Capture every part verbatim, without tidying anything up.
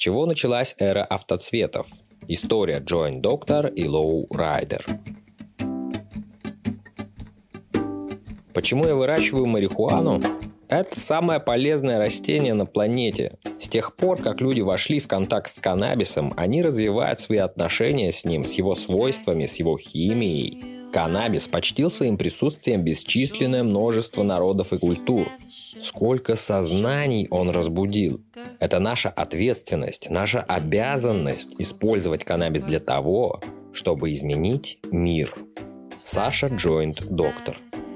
чего началась эра автоцветов. История Joint Doctor и Low Rider. Почему я выращиваю марихуану? Это самое полезное растение на планете. С тех пор, как люди вошли в контакт с каннабисом, они развивают свои отношения с ним, с его свойствами, с его химией. Каннабис почтил своим присутствием бесчисленное множество народов и культур. Сколько сознаний он разбудил. Это наша ответственность, наша обязанность использовать каннабис для того, чтобы изменить мир. Саша Joint Doctor.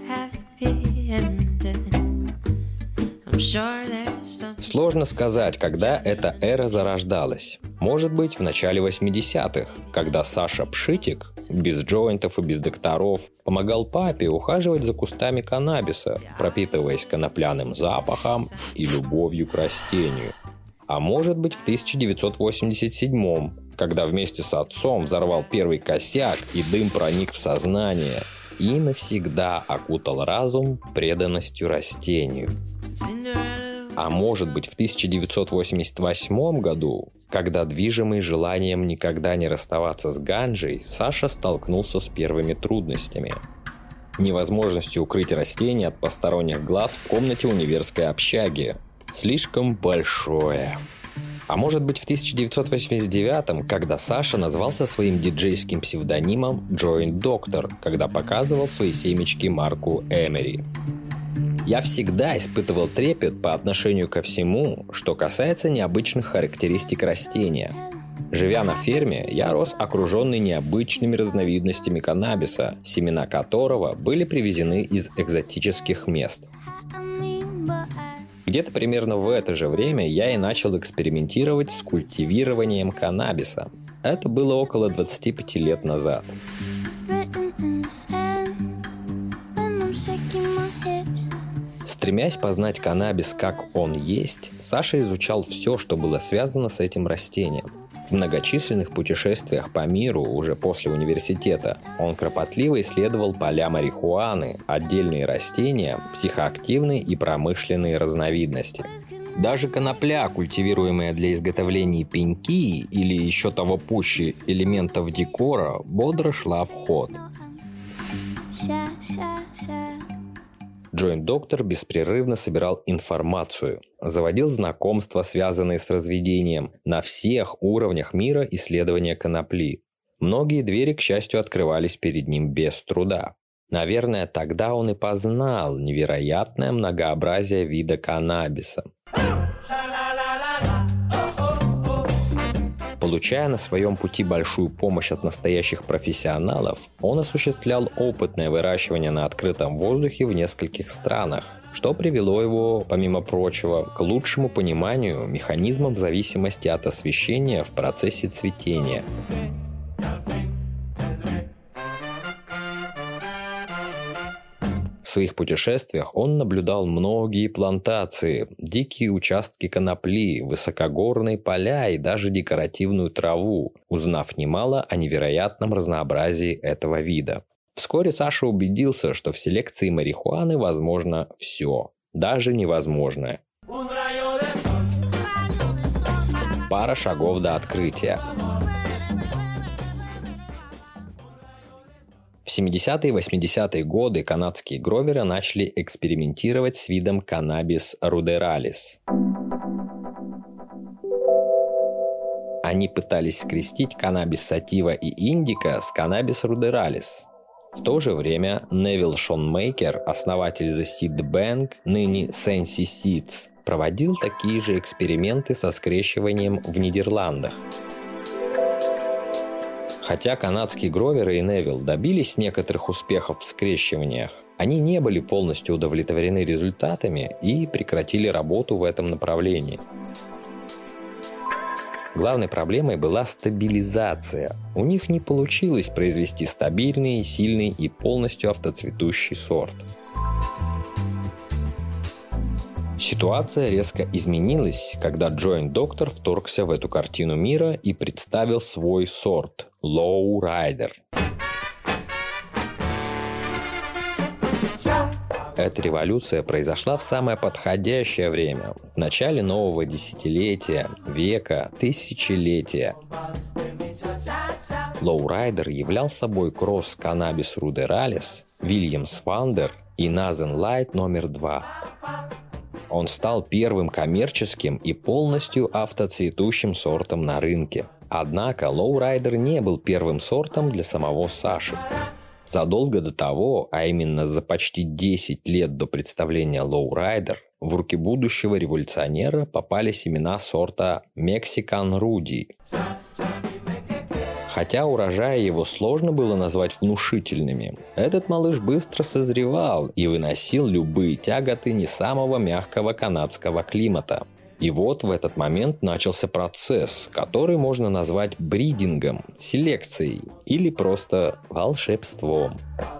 Сложно сказать, когда эта эра зарождалась. Может быть, в начале восьмидесятых, когда Саша Пшитик, без джойнтов и без докторов, помогал папе ухаживать за кустами каннабиса, пропитываясь конопляным запахом и любовью к растению. А может быть, в тысяча девятьсот восемьдесят седьмом, когда вместе с отцом взорвал первый косяк и дым проник в сознание и навсегда окутал разум преданностью растению. А может быть, в тысяча девятьсот восемьдесят восьмом году, когда, движимый желанием никогда не расставаться с ганджей, Саша столкнулся с первыми трудностями. Невозможностью укрыть растение от посторонних глаз в комнате универской общаги. Слишком большое. А может быть, в тысяча девятьсот восемьдесят девятом, когда Саша назвался своим диджейским псевдонимом Joint Doctor, когда показывал свои семечки Марку Эмери. Я всегда испытывал трепет по отношению ко всему, что касается необычных характеристик растения. Живя на ферме, я рос окруженный необычными разновидностями каннабиса, семена которого были привезены из экзотических мест. Где-то примерно в это же время я и начал экспериментировать с культивированием каннабиса. Это было около двадцати пяти лет назад. Стремясь познать каннабис как он есть, Саша изучал все, что было связано с этим растением. В многочисленных путешествиях по миру уже после университета он кропотливо исследовал поля марихуаны, отдельные растения, психоактивные и промышленные разновидности. Даже конопля, культивируемая для изготовления пеньки или еще того пуще элементов декора, бодро шла в ход. Joint Doctor беспрерывно собирал информацию, заводил знакомства, связанные с разведением, на всех уровнях мира исследования конопли. Многие двери, к счастью, открывались перед ним без труда. Наверное, тогда он и познал невероятное многообразие вида каннабиса. Получая на своем пути большую помощь от настоящих профессионалов, он осуществлял опытное выращивание на открытом воздухе в нескольких странах, что привело его, помимо прочего, к лучшему пониманию механизмов зависимости от освещения в процессе цветения. В своих путешествиях он наблюдал многие плантации, дикие участки конопли, высокогорные поля и даже декоративную траву, узнав немало о невероятном разнообразии этого вида. Вскоре Саша убедился, что в селекции марихуаны возможно все, даже невозможное. Пара шагов до открытия. В семидесятые и восьмидесятые годы канадские гроверы начали экспериментировать с видом Cannabis ruderalis. Они пытались скрестить каннабис сатива и индика с Cannabis ruderalis. В то же время Невил Шонмейкер, основатель The Seed Bank, ныне Sensi Seeds, проводил такие же эксперименты со скрещиванием в Нидерландах. Хотя канадские гроверы и Невил добились некоторых успехов в скрещиваниях, они не были полностью удовлетворены результатами и прекратили работу в этом направлении. Главной проблемой была стабилизация. У них не получилось произвести стабильный, сильный и полностью автоцветущий сорт. Ситуация резко изменилась, когда Joint Doctor вторгся в эту картину мира и представил свой сорт – Low Rider. Эта революция произошла в самое подходящее время, в начале нового десятилетия, века, тысячелетия. Лоурайдер являл собой кросс Cannabis ruderalis, Williams Wonder и Nathan Light номер два. Он стал первым коммерческим и полностью автоцветущим сортом на рынке. Однако Лоурайдер не был первым сортом для самого Саши. Задолго до того, а именно за почти десять лет до представления Лоурайдер, в руки будущего революционера попали семена сорта Mexican Rudy. Хотя урожая его сложно было назвать внушительными, этот малыш быстро созревал и выносил любые тяготы не самого мягкого канадского климата. И вот в этот момент начался процесс, который можно назвать бридингом, селекцией или просто волшебством.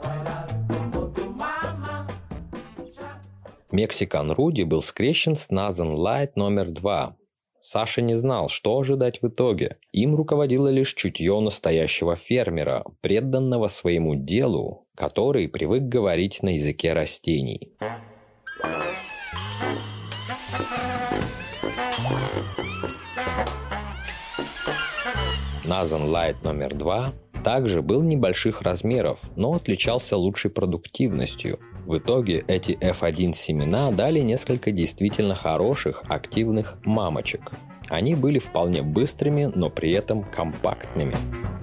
Mexican Rudy был скрещен с Nathan Light номер два. Саша не знал, что ожидать в итоге. Им руководило лишь чутье настоящего фермера, преданного своему делу, который привык говорить на языке растений. Nathan Light номер два также был небольших размеров, но отличался лучшей продуктивностью. В итоге эти эф один семена дали несколько действительно хороших, активных мамочек. Они были вполне быстрыми, но при этом компактными.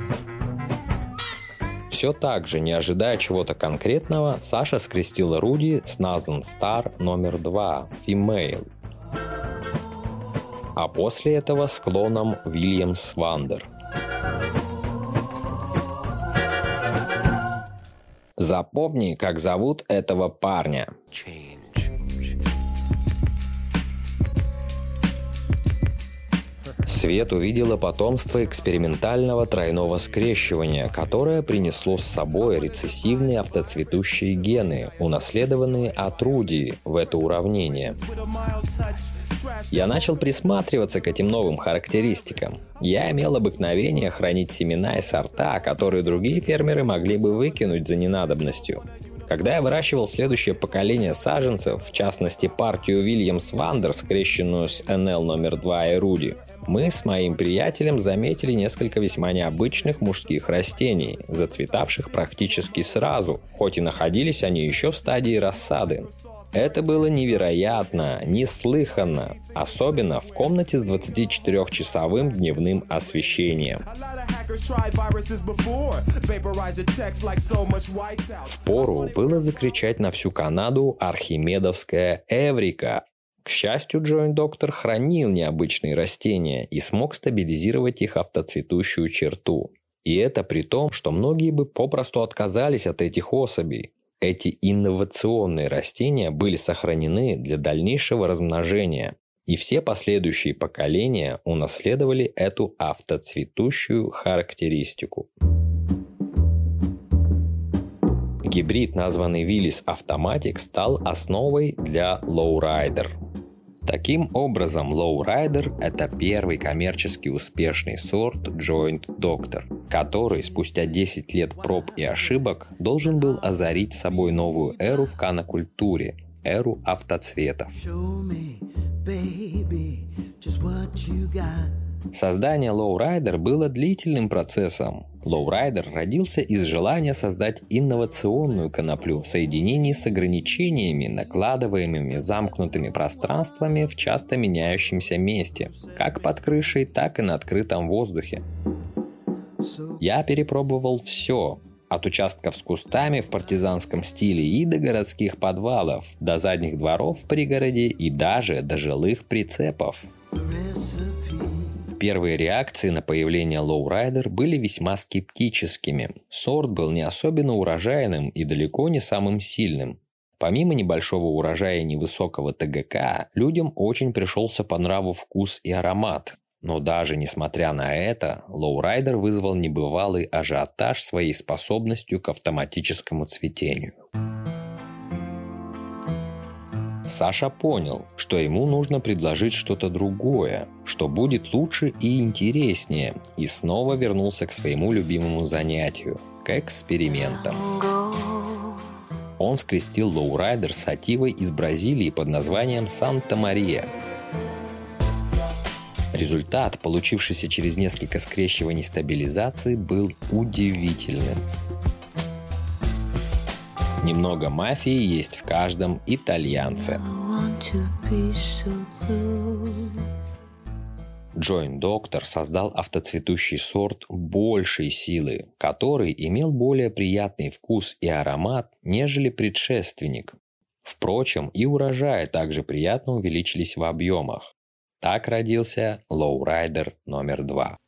Все так же, не ожидая чего-то конкретного, Саша скрестила Руди с Nathan Star номер два, Female. А после этого с клоном Williams Wonder. Запомни, как зовут этого парня. Свет увидела потомство экспериментального тройного скрещивания, которое принесло с собой рецессивные автоцветущие гены, унаследованные от Руди в это уравнение. Я начал присматриваться к этим новым характеристикам. Я имел обыкновение хранить семена и сорта, которые другие фермеры могли бы выкинуть за ненадобностью. Когда я выращивал следующее поколение саженцев, в частности партию Williams Wonder, скрещенную с эн эл номер два и Руди, мы с моим приятелем заметили несколько весьма необычных мужских растений, зацветавших практически сразу, хоть и находились они еще в стадии рассады. Это было невероятно, неслыханно, особенно в комнате с двадцатичетырёхчасовым дневным освещением. Впору было закричать на всю Канаду архимедовская «Эврика!». К счастью, Джойнт Доктор хранил необычные растения и смог стабилизировать их автоцветущую черту. И это при том, что многие бы попросту отказались от этих особей. Эти инновационные растения были сохранены для дальнейшего размножения, и все последующие поколения унаследовали эту автоцветущую характеристику. Гибрид, названный Willis Automatic, стал основой для Lowrider. Таким образом, Lowrider – это первый коммерчески успешный сорт Джойнт Доктор, который спустя десять лет проб и ошибок должен был озарить собой новую эру в канокультуре – эру автоцветов. Создание Lowrider было длительным процессом. Lowrider родился из желания создать инновационную коноплю в соединении с ограничениями, накладываемыми замкнутыми пространствами в часто меняющемся месте, как под крышей, так и на открытом воздухе. Я перепробовал все, от участков с кустами в партизанском стиле и до городских подвалов, до задних дворов в пригороде и даже до жилых прицепов. Первые реакции на появление Lowrider были весьма скептическими. Сорт был не особенно урожайным и далеко не самым сильным. Помимо небольшого урожая и невысокого тэ гэ ка, людям очень пришелся по нраву вкус и аромат. Но даже несмотря на это, Lowrider вызвал небывалый ажиотаж своей способностью к автоматическому цветению. Саша понял, что ему нужно предложить что-то другое, что будет лучше и интереснее, и снова вернулся к своему любимому занятию – к экспериментам. Он скрестил лоурайдер с сативой из Бразилии под названием «Санта-Мария». Результат, получившийся через несколько скрещиваний стабилизации, был удивительным. Немного мафии есть в каждом итальянце. Joint Doctor создал автоцветущий сорт большей силы, который имел более приятный вкус и аромат, нежели предшественник. Впрочем, и урожаи также приятно увеличились в объемах. Так родился лоурайдер номер два.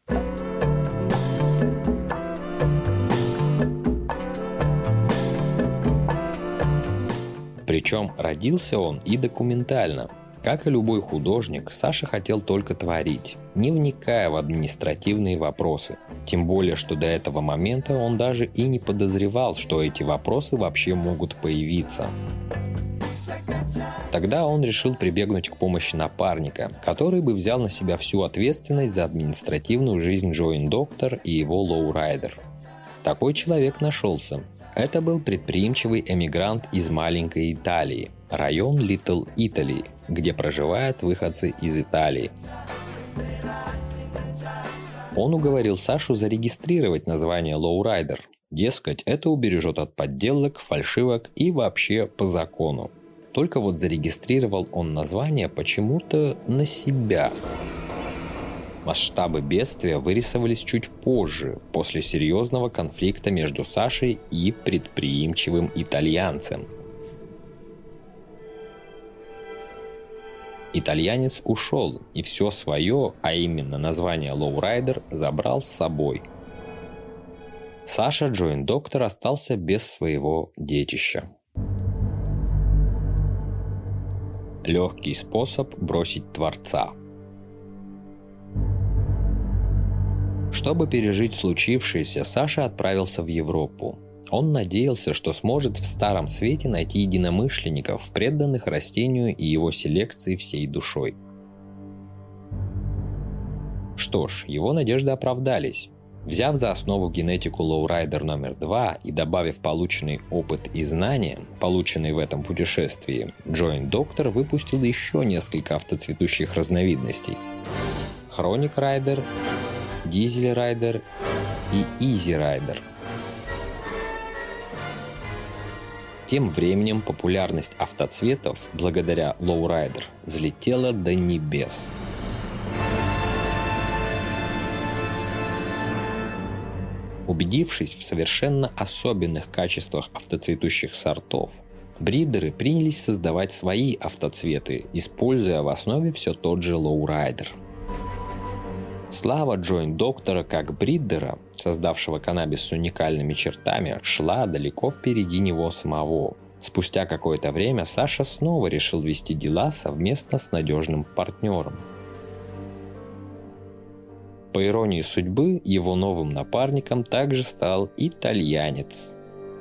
Причем родился он и документально. Как и любой художник, Саша хотел только творить, не вникая в административные вопросы. Тем более, что до этого момента он даже и не подозревал, что эти вопросы вообще могут появиться. Тогда он решил прибегнуть к помощи напарника, который бы взял на себя всю ответственность за административную жизнь Joint Doctor и его лоурайдер. Такой человек нашелся. Это был предприимчивый эмигрант из маленькой Италии, район Little Italy, где проживают выходцы из Италии. Он уговорил Сашу зарегистрировать название лоурайдер. Дескать, это убережет от подделок, фальшивок и вообще по закону. Только вот зарегистрировал он название почему-то на себя. Масштабы бедствия вырисовались чуть позже, после серьезного конфликта между Сашей и предприимчивым итальянцем. Итальянец ушел и все свое, а именно название лоурайдер, забрал с собой. Саша Joint Doctor остался без своего детища. Легкий способ бросить творца. Чтобы пережить случившееся, Саша отправился в Европу. Он надеялся, что сможет в Старом Свете найти единомышленников, преданных растению и его селекции всей душой. Что ж, его надежды оправдались. Взяв за основу генетику лоурайдер номер два и добавив полученный опыт и знания, полученные в этом путешествии, Joint Doctor выпустил еще несколько автоцветущих разновидностей: Chronic Rider, Diesel Rider и Easy Rider. Тем временем популярность автоцветов благодаря лоурайдер взлетела до небес. Убедившись в совершенно особенных качествах автоцветущих сортов, бридеры принялись создавать свои автоцветы, используя в основе все тот же лоурайдер. Слава Joint Doctor как бридера, создавшего каннабис с уникальными чертами, шла далеко впереди него самого. Спустя какое-то время Саша снова решил вести дела совместно с надежным партнером. По иронии судьбы, его новым напарником также стал итальянец.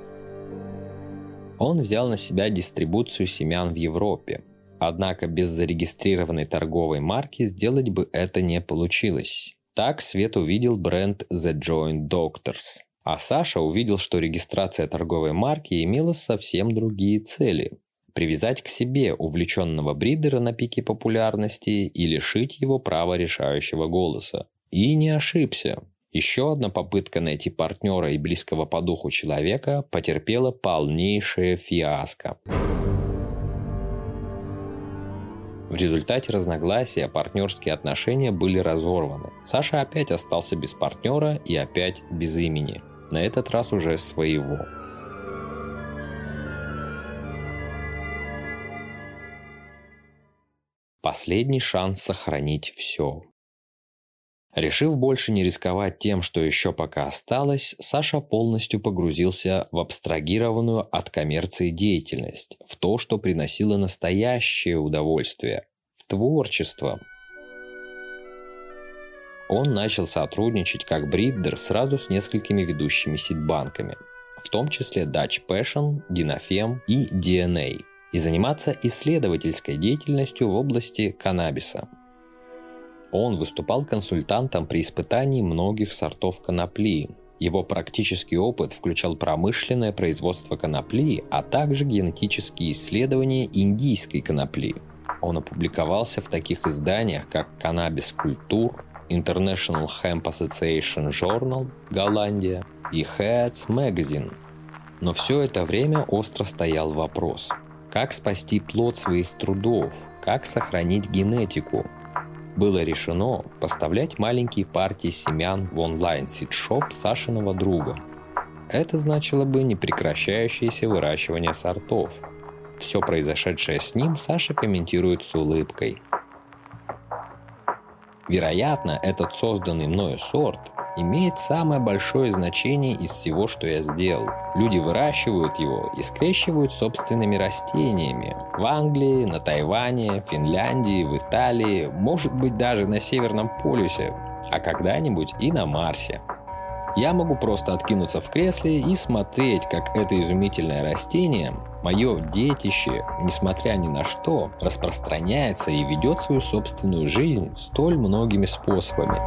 Он взял на себя дистрибуцию семян в Европе. Однако без зарегистрированной торговой марки сделать бы это не получилось. Так свет увидел бренд The Joint Doctors. А Саша увидел, что регистрация торговой марки имела совсем другие цели. Привязать к себе увлеченного бридера на пике популярности и лишить его права решающего голоса. И не ошибся. Еще одна попытка найти партнера и близкого по духу человека потерпела полнейшее фиаско. В результате разногласия партнерские отношения были разорваны. Саша опять остался без партнера и опять без имени. На этот раз уже своего. Последний шанс сохранить все. Решив больше не рисковать тем, что еще пока осталось, Саша полностью погрузился в абстрагированную от коммерции деятельность, в то, что приносило настоящее удовольствие, в творчество. Он начал сотрудничать как бридер сразу с несколькими ведущими сидбанками, в том числе Dutch Passion, Dinafem и ди эн эй, и заниматься исследовательской деятельностью в области каннабиса. Он выступал консультантом при испытании многих сортов конопли, Его практический опыт включал промышленное производство конопли, а также генетические исследования индийской конопли. Он опубликовался в таких изданиях, как Cannabis Culture, International Hemp Association Journal, Голландия, и Heads Magazine. Но все это время остро стоял вопрос: как спасти плод своих трудов, как сохранить генетику? Было решено поставлять маленькие партии семян в онлайн-сидшоп Сашиного друга. Это значило бы непрекращающееся выращивание сортов. Все произошедшее с ним Саша комментирует с улыбкой. Вероятно, этот созданный мною сорт имеет самое большое значение из всего, что я сделал. Люди выращивают его и скрещивают собственными растениями. В Англии, на Тайване, Финляндии, в Италии, может быть даже на Северном полюсе, а когда-нибудь и на Марсе. Я могу просто откинуться в кресле и смотреть, как это изумительное растение, мое детище, несмотря ни на что, распространяется и ведет свою собственную жизнь столь многими способами.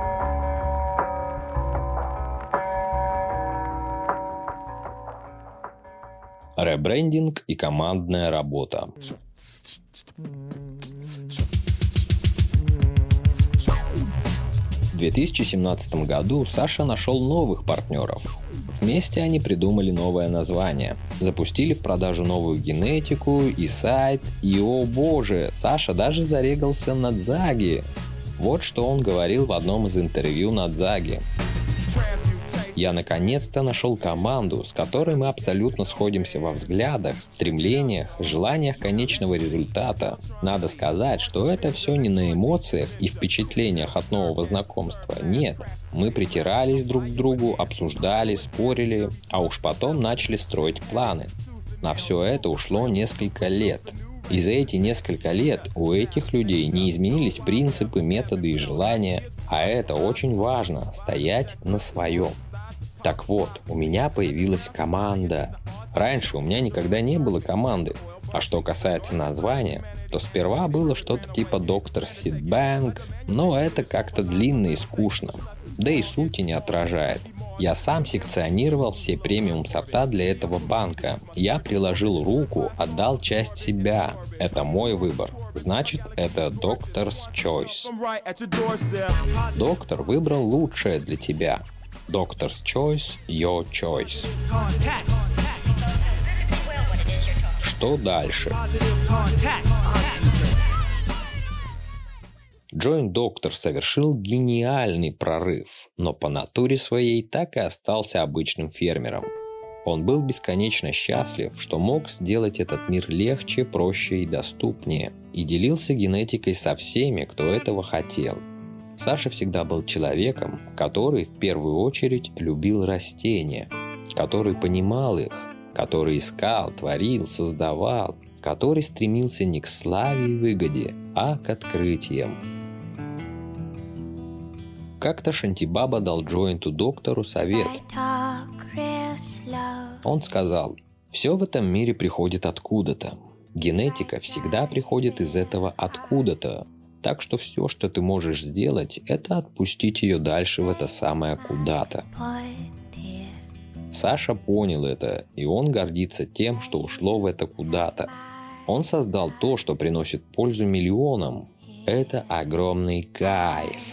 Ребрендинг и командная работа. В две тысячи семнадцатом году Саша нашел новых партнеров. Вместе они придумали новое название, запустили в продажу новую генетику и сайт, и, о боже, Саша даже зарегался на Дзаги. Вот что он говорил в одном из интервью на Дзаги. Я наконец-то нашел команду, с которой мы абсолютно сходимся во взглядах, стремлениях, желаниях конечного результата. Надо сказать, что это все не на эмоциях и впечатлениях от нового знакомства. Нет, мы притирались друг к другу, обсуждали, спорили, а уж потом начали строить планы. На все это ушло несколько лет. И за эти несколько лет у этих людей не изменились принципы, методы и желания, а это очень важно – стоять на своем. Так вот, у меня появилась команда. Раньше у меня никогда не было команды. А что касается названия, то сперва было что-то типа доктор Seed Bank, но это как-то длинно и скучно, да и сути не отражает. Я сам секционировал все премиум сорта для этого банка. Я приложил руку, отдал часть себя. Это мой выбор. Значит, это Doctor's Choice. Доктор выбрал лучшее для тебя. Doctor's Choice, your choice. Что дальше? Joint Doctor совершил гениальный прорыв, но по натуре своей так и остался обычным фермером. Он был бесконечно счастлив, что мог сделать этот мир легче, проще и доступнее, и делился генетикой со всеми, кто этого хотел. Саша всегда был человеком, который в первую очередь любил растения, который понимал их, который искал, творил, создавал, который стремился не к славе и выгоде, а к открытиям. Как-то Шантибаба дал Джоинту доктору совет. Он сказал: «Все в этом мире приходит откуда-то. Генетика всегда приходит из этого откуда-то. Так что все, что ты можешь сделать, это отпустить ее дальше в это самое куда-то». Саша понял это, и он гордится тем, что ушло в это куда-то. Он создал то, что приносит пользу миллионам. Это огромный кайф.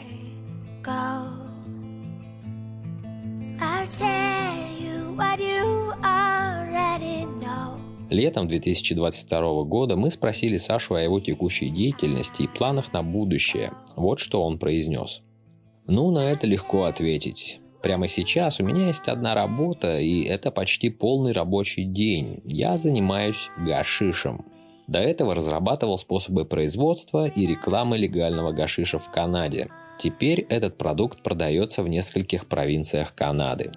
Летом две тысячи двадцать второго года мы спросили Сашу о его текущей деятельности и планах на будущее. Вот что он произнес. Ну, на это легко ответить. Прямо сейчас у меня есть одна работа, и это почти полный рабочий день. Я занимаюсь гашишем. До этого разрабатывал способы производства и рекламы легального гашиша в Канаде. Теперь этот продукт продается в нескольких провинциях Канады.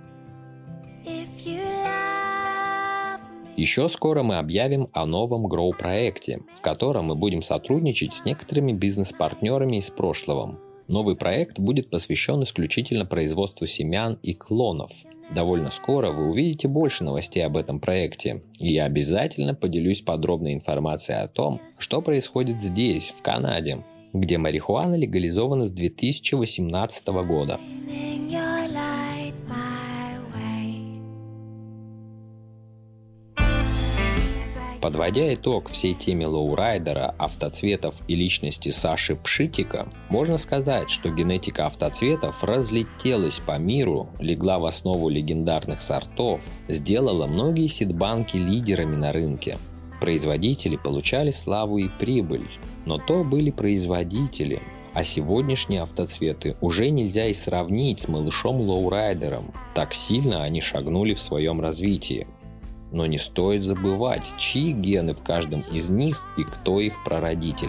Еще скоро мы объявим о новом Grow-проекте, в котором мы будем сотрудничать с некоторыми бизнес-партнерами из прошлого. Новый проект будет посвящен исключительно производству семян и клонов. Довольно скоро вы увидите больше новостей об этом проекте, и я обязательно поделюсь подробной информацией о том, что происходит здесь, в Канаде, где марихуана легализована с две тысячи восемнадцатого года. Подводя итог всей теме лоурайдера, автоцветов и личности Саши Пшитика, можно сказать, что генетика автоцветов разлетелась по миру, легла в основу легендарных сортов, сделала многие сидбанки лидерами на рынке. Производители получали славу и прибыль, но то были производители, а сегодняшние автоцветы уже нельзя и сравнить с малышом лоурайдером, так сильно они шагнули в своем развитии. Но не стоит забывать, чьи гены в каждом из них и кто их прародитель.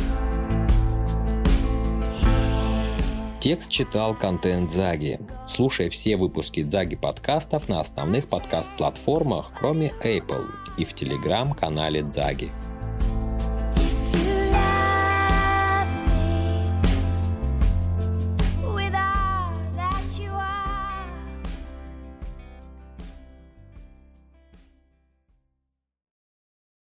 Текст читал Контент Дзаги. Слушай все выпуски Дзаги подкастов на основных подкаст-платформах, кроме Apple, и в телеграм-канале Дзаги.